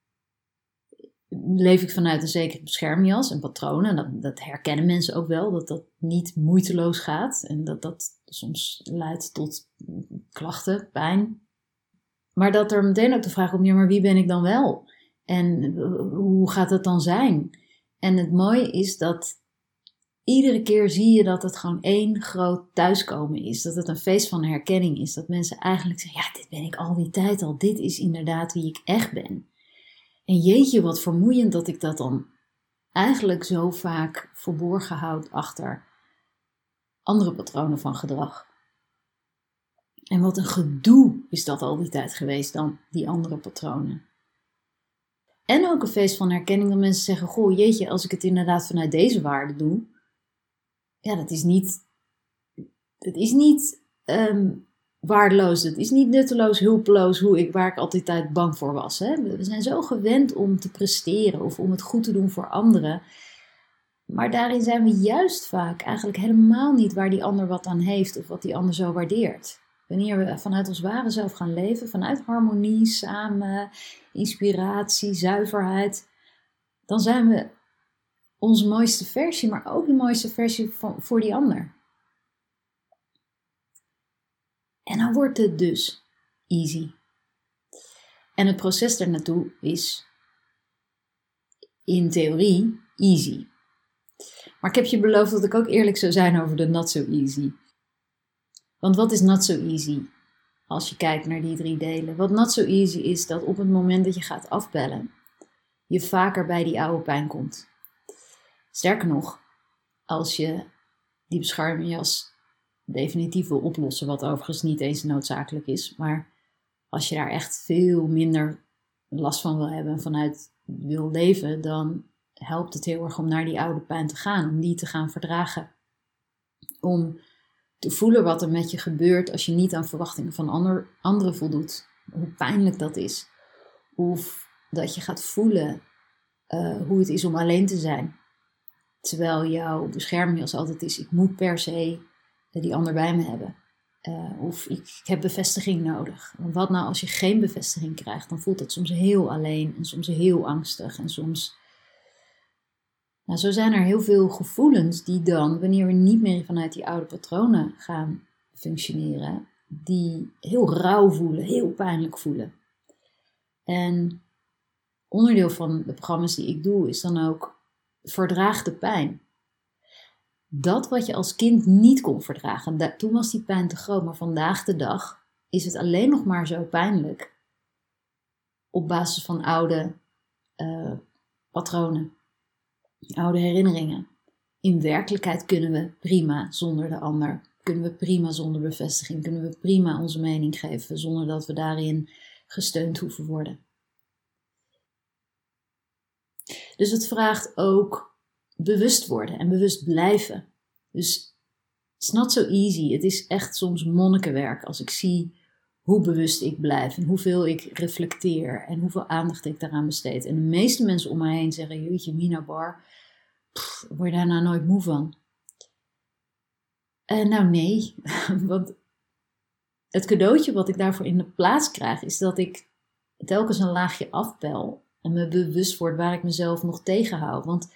leef ik vanuit een zekere beschermjas en patronen. En dat herkennen mensen ook wel, dat dat niet moeiteloos gaat. En dat soms leidt tot klachten, pijn. Maar dat er meteen ook de vraag komt, ja, maar wie ben ik dan wel? En hoe gaat dat dan zijn? En het mooie is dat iedere keer zie je dat het gewoon één groot thuiskomen is. Dat het een feest van herkenning is. Dat mensen eigenlijk zeggen, ja, dit ben ik al die tijd al. Dit is inderdaad wie ik echt ben. En jeetje, wat vermoeiend dat ik dat dan eigenlijk zo vaak verborgen houd achter andere patronen van gedrag. En wat een gedoe is dat al die tijd geweest dan, die andere patronen. En ook een feest van herkenning dat mensen zeggen, goh, jeetje, als ik het inderdaad vanuit deze waarde doe, ja, dat is niet waardeloos, het is niet nutteloos, hulpeloos, waar ik altijd bang voor was. Hè? We zijn zo gewend om te presteren of om het goed te doen voor anderen. Maar daarin zijn we juist vaak eigenlijk helemaal niet waar die ander wat aan heeft of wat die ander zo waardeert. Wanneer we vanuit ons ware zelf gaan leven, vanuit harmonie, samen, inspiratie, zuiverheid, dan zijn we onze mooiste versie, maar ook de mooiste versie voor die ander. En dan wordt het dus easy. En het proces daarnaartoe is in theorie easy. Maar ik heb je beloofd dat ik ook eerlijk zou zijn over de not so easy. Want wat is not so easy als je kijkt naar die 3 delen? Wat not so easy is dat op het moment dat je gaat afbellen, je vaker bij die oude pijn komt. Sterker nog, als je die beschermjas definitief wil oplossen, wat overigens niet eens noodzakelijk is, maar als je daar echt veel minder last van wil hebben en vanuit wil leven, dan helpt het heel erg om naar die oude pijn te gaan, om die te gaan verdragen. Om te voelen wat er met je gebeurt als je niet aan verwachtingen van anderen voldoet. Hoe pijnlijk dat is. Of dat je gaat voelen hoe het is om alleen te zijn. Terwijl jouw bescherming als altijd is, ik moet per se die ander bij me hebben. Of ik heb bevestiging nodig. Want wat nou als je geen bevestiging krijgt? Dan voelt dat soms heel alleen en soms heel angstig. En soms... Nou, zo zijn er heel veel gevoelens die dan, wanneer we niet meer vanuit die oude patronen gaan functioneren, die heel rauw voelen, heel pijnlijk voelen. En onderdeel van de programma's die ik doe is dan ook verdraag de pijn. Dat wat je als kind niet kon verdragen, toen was die pijn te groot, maar vandaag de dag is het alleen nog maar zo pijnlijk op basis van oude patronen, oude herinneringen. In werkelijkheid kunnen we prima zonder de ander. Kunnen we prima zonder bevestiging. Kunnen we prima onze mening geven zonder dat we daarin gesteund hoeven worden. Dus het vraagt ook bewust worden en bewust blijven. Dus it's not so easy. Het is echt soms monnikenwerk als ik zie hoe bewust ik blijf en hoeveel ik reflecteer en hoeveel aandacht ik daaraan besteed. En de meeste mensen om mij heen zeggen, jeetje Mina Bar, word je daar nou nooit moe van? Nou nee, want het cadeautje wat ik daarvoor in de plaats krijg is dat ik telkens een laagje afpel en me bewust word waar ik mezelf nog tegenhoud. Want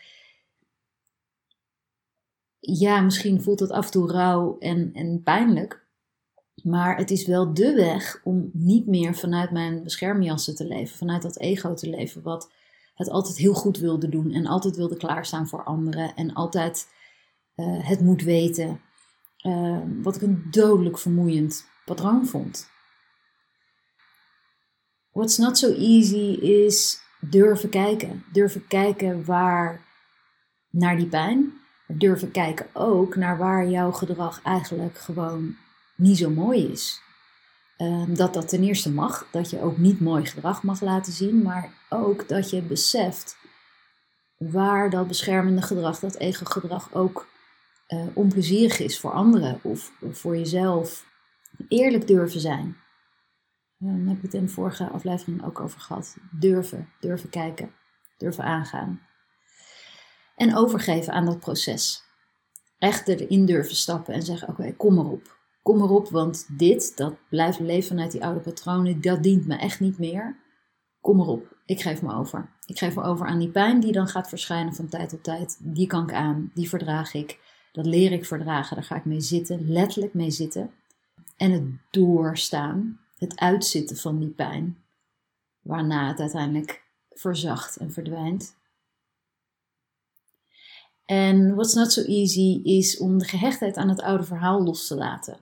ja, misschien voelt het af en toe rauw en pijnlijk. Maar het is wel de weg om niet meer vanuit mijn beschermjassen te leven. Vanuit dat ego te leven wat het altijd heel goed wilde doen. En altijd wilde klaarstaan voor anderen. En altijd het moet weten. Wat ik een dodelijk vermoeiend patroon vond. What's not so easy is durven kijken. Durven kijken naar die pijn. Durven kijken ook naar waar jouw gedrag eigenlijk gewoon niet zo mooi is. Dat ten eerste mag. Dat je ook niet mooi gedrag mag laten zien. Maar ook dat je beseft waar dat beschermende gedrag, dat ego-gedrag ook onplezierig is voor anderen of voor jezelf. Eerlijk durven zijn. Daar heb ik het in de vorige aflevering ook over gehad. Durven kijken, durven aangaan. En overgeven aan dat proces. Echt erin durven stappen en zeggen, oké, kom erop. Kom erop, want dat blijft leven vanuit die oude patronen, dat dient me echt niet meer. Kom erop, ik geef me over. Ik geef me over aan die pijn die dan gaat verschijnen van tijd tot tijd. Die kan ik aan, die verdraag ik. Dat leer ik verdragen, daar ga ik mee zitten, letterlijk mee zitten. En het doorstaan, het uitzitten van die pijn, waarna het uiteindelijk verzacht en verdwijnt. En what's not so easy is om de gehechtheid aan het oude verhaal los te laten.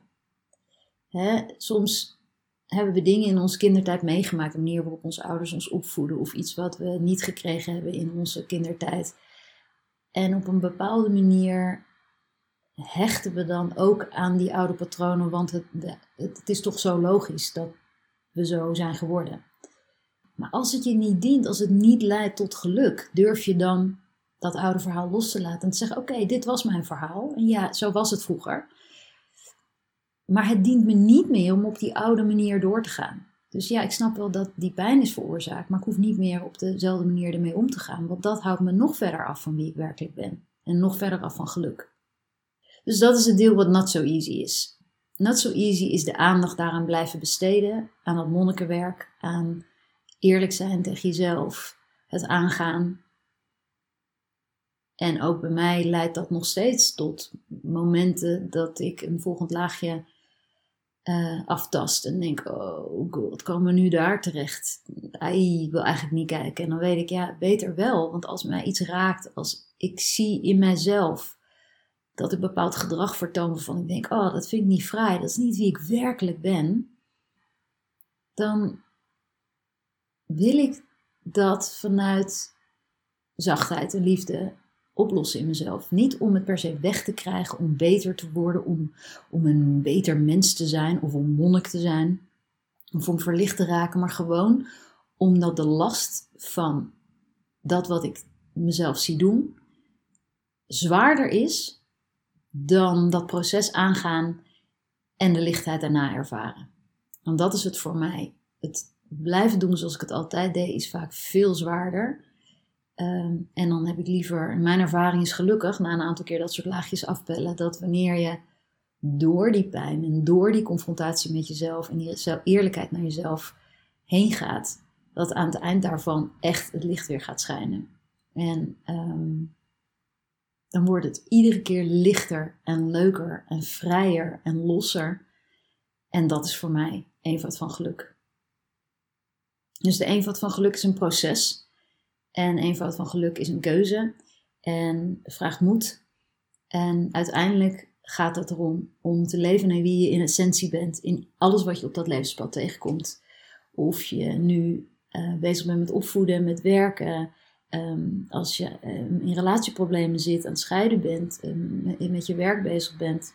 Soms hebben we dingen in onze kindertijd meegemaakt, de manier waarop onze ouders ons opvoeden of iets wat we niet gekregen hebben in onze kindertijd. En op een bepaalde manier hechten we dan ook aan die oude patronen, want het is toch zo logisch dat we zo zijn geworden. Maar als het je niet dient, als het niet leidt tot geluk, durf je dan dat oude verhaal los te laten en te zeggen, oké, dit was mijn verhaal en ja, zo was het vroeger. Maar het dient me niet meer om op die oude manier door te gaan. Dus ja, ik snap wel dat die pijn is veroorzaakt, maar ik hoef niet meer op dezelfde manier ermee om te gaan, want dat houdt me nog verder af van wie ik werkelijk ben en nog verder af van geluk. Dus dat is het deel wat not so easy is. Not so easy is de aandacht daaraan blijven besteden, aan dat monnikenwerk, aan eerlijk zijn tegen jezelf, het aangaan. En ook bij mij leidt dat nog steeds tot momenten dat ik een volgend laagje aftast en denk, oh god, komen we nu daar terecht? Ik wil eigenlijk niet kijken. En dan weet ik, ja, beter wel, want als mij iets raakt, als ik zie in mijzelf dat ik bepaald gedrag vertoon waarvan ik denk, dat vind ik niet fraai, dat is niet wie ik werkelijk ben, dan wil ik dat vanuit zachtheid en liefde oplossen in mezelf. Niet om het per se weg te krijgen, om beter te worden, om een beter mens te zijn of om monnik te zijn, of om verlicht te raken, maar gewoon omdat de last van dat wat ik mezelf zie doen zwaarder is dan dat proces aangaan en de lichtheid daarna ervaren. Want dat is het voor mij. Het blijven doen zoals ik het altijd deed is vaak veel zwaarder. En dan heb ik liever, mijn ervaring is gelukkig, na een aantal keer dat soort laagjes afpellen, dat wanneer je door die pijn en door die confrontatie met jezelf en die eerlijkheid naar jezelf heen gaat, dat aan het eind daarvan echt het licht weer gaat schijnen. En dan wordt het iedere keer lichter en leuker en vrijer en losser. En dat is voor mij eenvoud van geluk. Dus de eenvoud van geluk is een proces. En eenvoud van geluk is een keuze. En vraagt moed. En uiteindelijk gaat het erom om te leven naar wie je in essentie bent. In alles wat je op dat levenspad tegenkomt. Of je nu bezig bent met opvoeden, met werken, als je in relatieproblemen zit, aan het scheiden bent, met je werk bezig bent.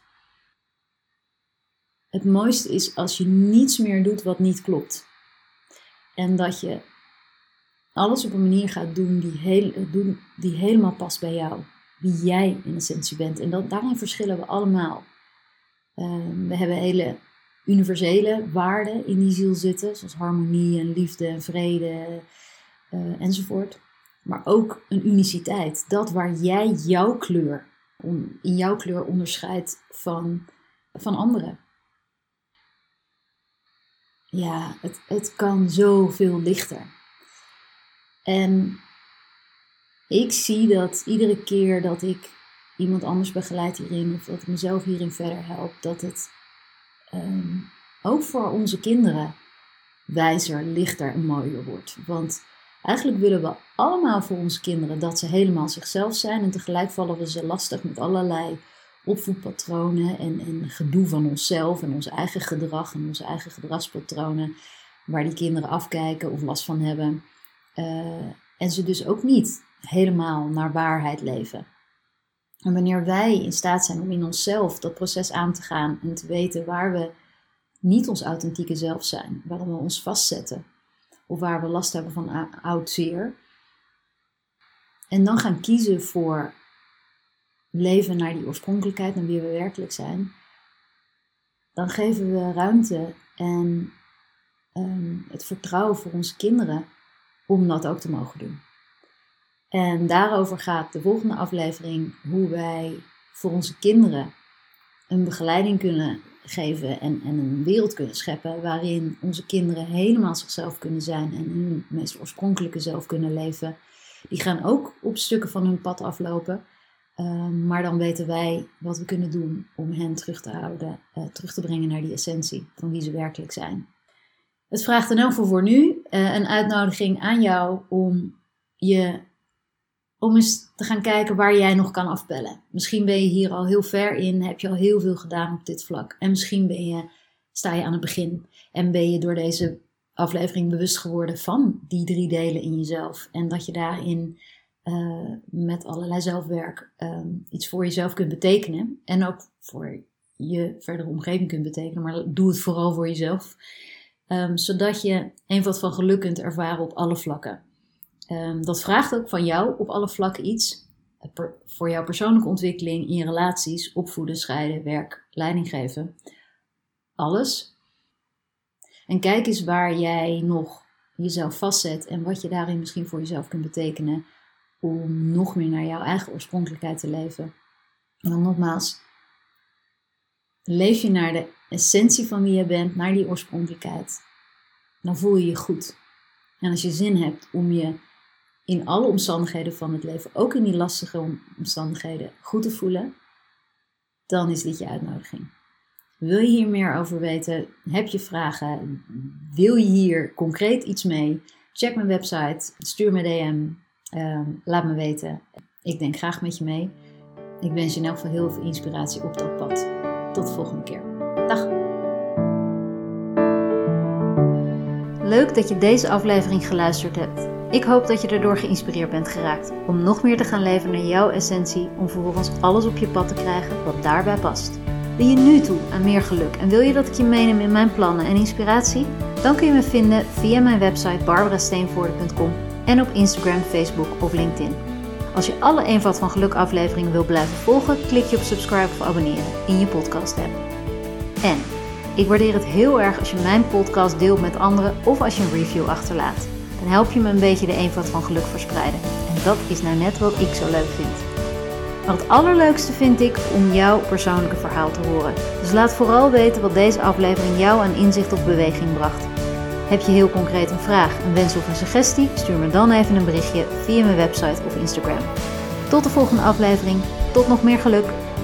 Het mooiste is als je niets meer doet wat niet klopt. En dat je alles op een manier gaat doen die helemaal past bij jou. Wie jij in essentie bent. En daarin verschillen we allemaal. We hebben hele universele waarden in die ziel zitten. Zoals harmonie en liefde en vrede enzovoort. Maar ook een uniciteit. Dat waar jij in jouw kleur onderscheidt van anderen. Ja, het kan zoveel lichter. En ik zie dat iedere keer dat ik iemand anders begeleid hierin, of dat ik mezelf hierin verder help, dat het ook voor onze kinderen wijzer, lichter en mooier wordt. Want eigenlijk willen we allemaal voor onze kinderen dat ze helemaal zichzelf zijn. En tegelijk vallen we ze lastig met allerlei opvoedpatronen en gedoe van onszelf en ons eigen gedrag en onze eigen gedragspatronen. Waar die kinderen afkijken of last van hebben. En ze dus ook niet helemaal naar waarheid leven. En wanneer wij in staat zijn om in onszelf dat proces aan te gaan en te weten waar we niet ons authentieke zelf zijn, waarom we ons vastzetten of waar we last hebben van oud zeer. En dan gaan kiezen voor leven naar die oorspronkelijkheid, naar wie we werkelijk zijn. Dan geven we ruimte en het vertrouwen voor onze kinderen om dat ook te mogen doen. En daarover gaat de volgende aflevering, hoe wij voor onze kinderen een begeleiding kunnen geven en een wereld kunnen scheppen waarin onze kinderen helemaal zichzelf kunnen zijn en hun meest oorspronkelijke zelf kunnen leven. Die gaan ook op stukken van hun pad aflopen, maar dan weten wij wat we kunnen doen om hen terug te brengen naar die essentie van wie ze werkelijk zijn. Het vraagt in elk geval voor nu een uitnodiging aan jou om eens te gaan kijken waar jij nog kan afpellen. Misschien ben je hier al heel ver in, heb je al heel veel gedaan op dit vlak. En misschien sta je aan het begin en ben je door deze aflevering bewust geworden van die 3 delen in jezelf. En dat je daarin met allerlei zelfwerk iets voor jezelf kunt betekenen. En ook voor je verdere omgeving kunt betekenen, maar doe het vooral voor jezelf. Zodat je eenvoud van geluk kunt ervaren op alle vlakken. Dat vraagt ook van jou op alle vlakken iets. Voor jouw persoonlijke ontwikkeling, in je relaties, opvoeden, scheiden, werk, leiding geven. Alles. En kijk eens waar jij nog jezelf vastzet en wat je daarin misschien voor jezelf kunt betekenen om nog meer naar jouw eigen oorspronkelijkheid te leven. En dan nogmaals, leef je naar de essentie van wie je bent, naar die oorspronkelijkheid, dan voel je je goed. En als je zin hebt om je in alle omstandigheden van het leven, ook in die lastige omstandigheden, goed te voelen, dan is dit je uitnodiging. Wil je hier meer over weten? Heb je vragen? Wil je hier concreet iets mee? Check mijn website, stuur me DM, laat me weten. Ik denk graag met je mee. Ik wens je in elk geval heel veel inspiratie op dat pad. Tot de volgende keer. Dag! Leuk dat je deze aflevering geluisterd hebt. Ik hoop dat je erdoor geïnspireerd bent geraakt om nog meer te gaan leven naar jouw essentie, om vervolgens alles op je pad te krijgen wat daarbij past. Ben je nu toe aan meer geluk en wil je dat ik je meeneem in mijn plannen en inspiratie? Dan kun je me vinden via mijn website barbarasteenvoorde.com en op Instagram, Facebook of LinkedIn. Als je alle eenvoud van geluk afleveringen wil blijven volgen, klik je op subscribe of abonneren in je podcast app. En ik waardeer het heel erg als je mijn podcast deelt met anderen of als je een review achterlaat. Dan help je me een beetje de eenvoud van geluk verspreiden. En dat is nou net wat ik zo leuk vind. Maar het allerleukste vind ik om jouw persoonlijke verhaal te horen. Dus laat vooral weten wat deze aflevering jou aan inzicht of beweging bracht. Heb je heel concreet een vraag, een wens of een suggestie? Stuur me dan even een berichtje via mijn website of Instagram. Tot de volgende aflevering. Tot nog meer geluk.